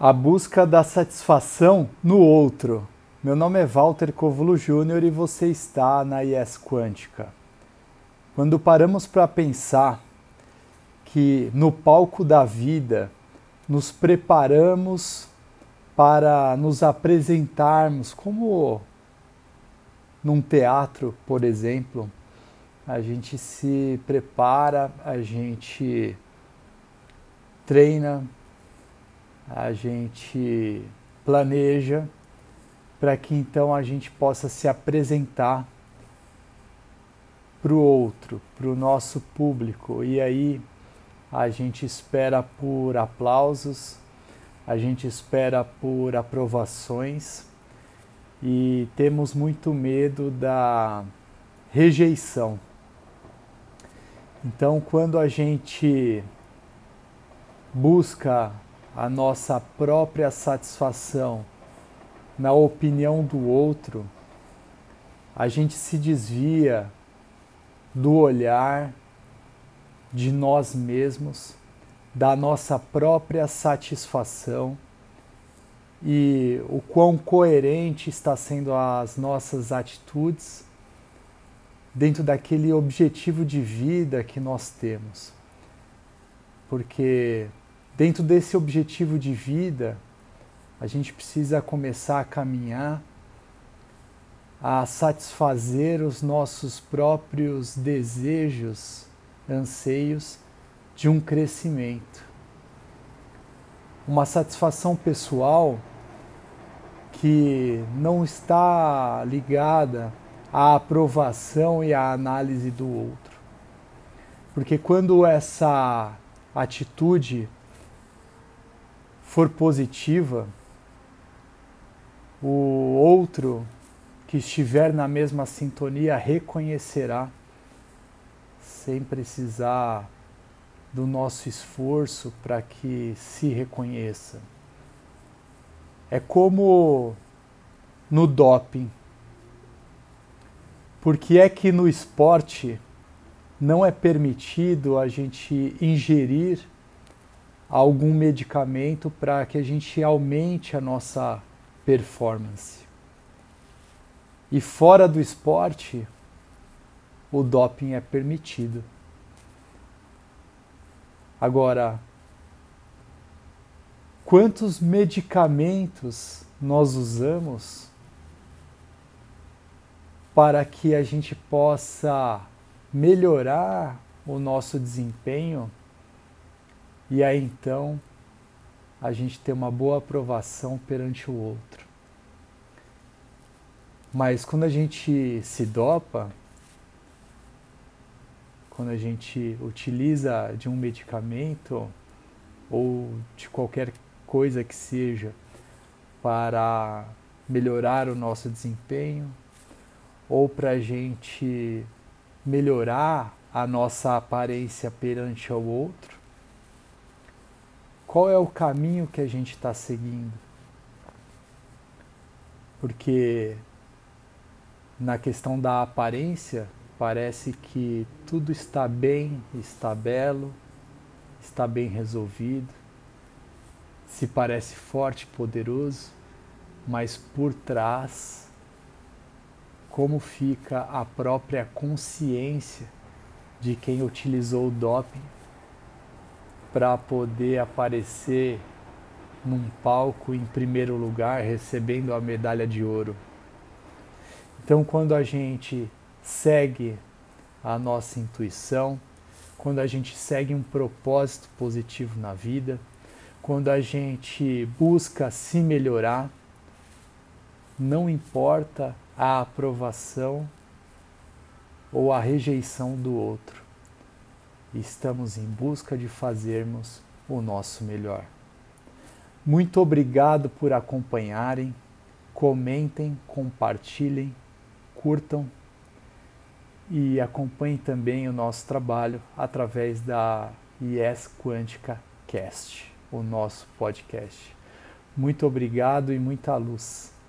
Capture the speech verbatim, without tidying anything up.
A busca da satisfação no outro. Meu nome é Walter Covulo Júnior e você está na I E S Quântica. Quando paramos para pensar que no palco da vida nos preparamos para nos apresentarmos como num teatro, por exemplo, a gente se prepara, a gente treina, a gente planeja para que então a gente possa se apresentar para o outro, para o nosso público. E aí a gente espera por aplausos, a gente espera por aprovações e temos muito medo da rejeição. Então, quando a gente busca a nossa própria satisfação na opinião do outro, a gente se desvia do olhar de nós mesmos, da nossa própria satisfação e o quão coerente está sendo as nossas atitudes dentro daquele objetivo de vida que nós temos. Porque dentro desse objetivo de vida, a gente precisa começar a caminhar, a satisfazer os nossos próprios desejos, anseios de um crescimento. Uma satisfação pessoal que não está ligada à aprovação e à análise do outro. Porque quando essa atitude for positiva, o outro que estiver na mesma sintonia reconhecerá, sem precisar do nosso esforço para que se reconheça. É como no doping. Por que é que no esporte não é permitido a gente ingerir algum medicamento para que a gente aumente a nossa performance? E fora do esporte, o doping é permitido. Agora, quantos medicamentos nós usamos para que a gente possa melhorar o nosso desempenho e aí então a gente ter uma boa aprovação perante o outro? Mas quando a gente se dopa, quando a gente utiliza de um medicamento ou de qualquer coisa que seja para melhorar o nosso desempenho ou para a gente melhorar a nossa aparência perante ao outro, qual é o caminho que a gente está seguindo? Porque na questão da aparência, parece que tudo está bem, está belo, está bem resolvido, se parece forte, poderoso, mas por trás, como fica a própria consciência de quem utilizou o doping para poder aparecer num palco em primeiro lugar, recebendo a medalha de ouro. Então, quando a gente segue a nossa intuição, quando a gente segue um propósito positivo na vida, quando a gente busca se melhorar, não importa a aprovação ou a rejeição do outro, estamos em busca de fazermos o nosso melhor. Muito obrigado por acompanharem, comentem, compartilhem, curtam e acompanhem também o nosso trabalho através da I E S Quântica Cast, o nosso podcast. Muito obrigado e muita luz.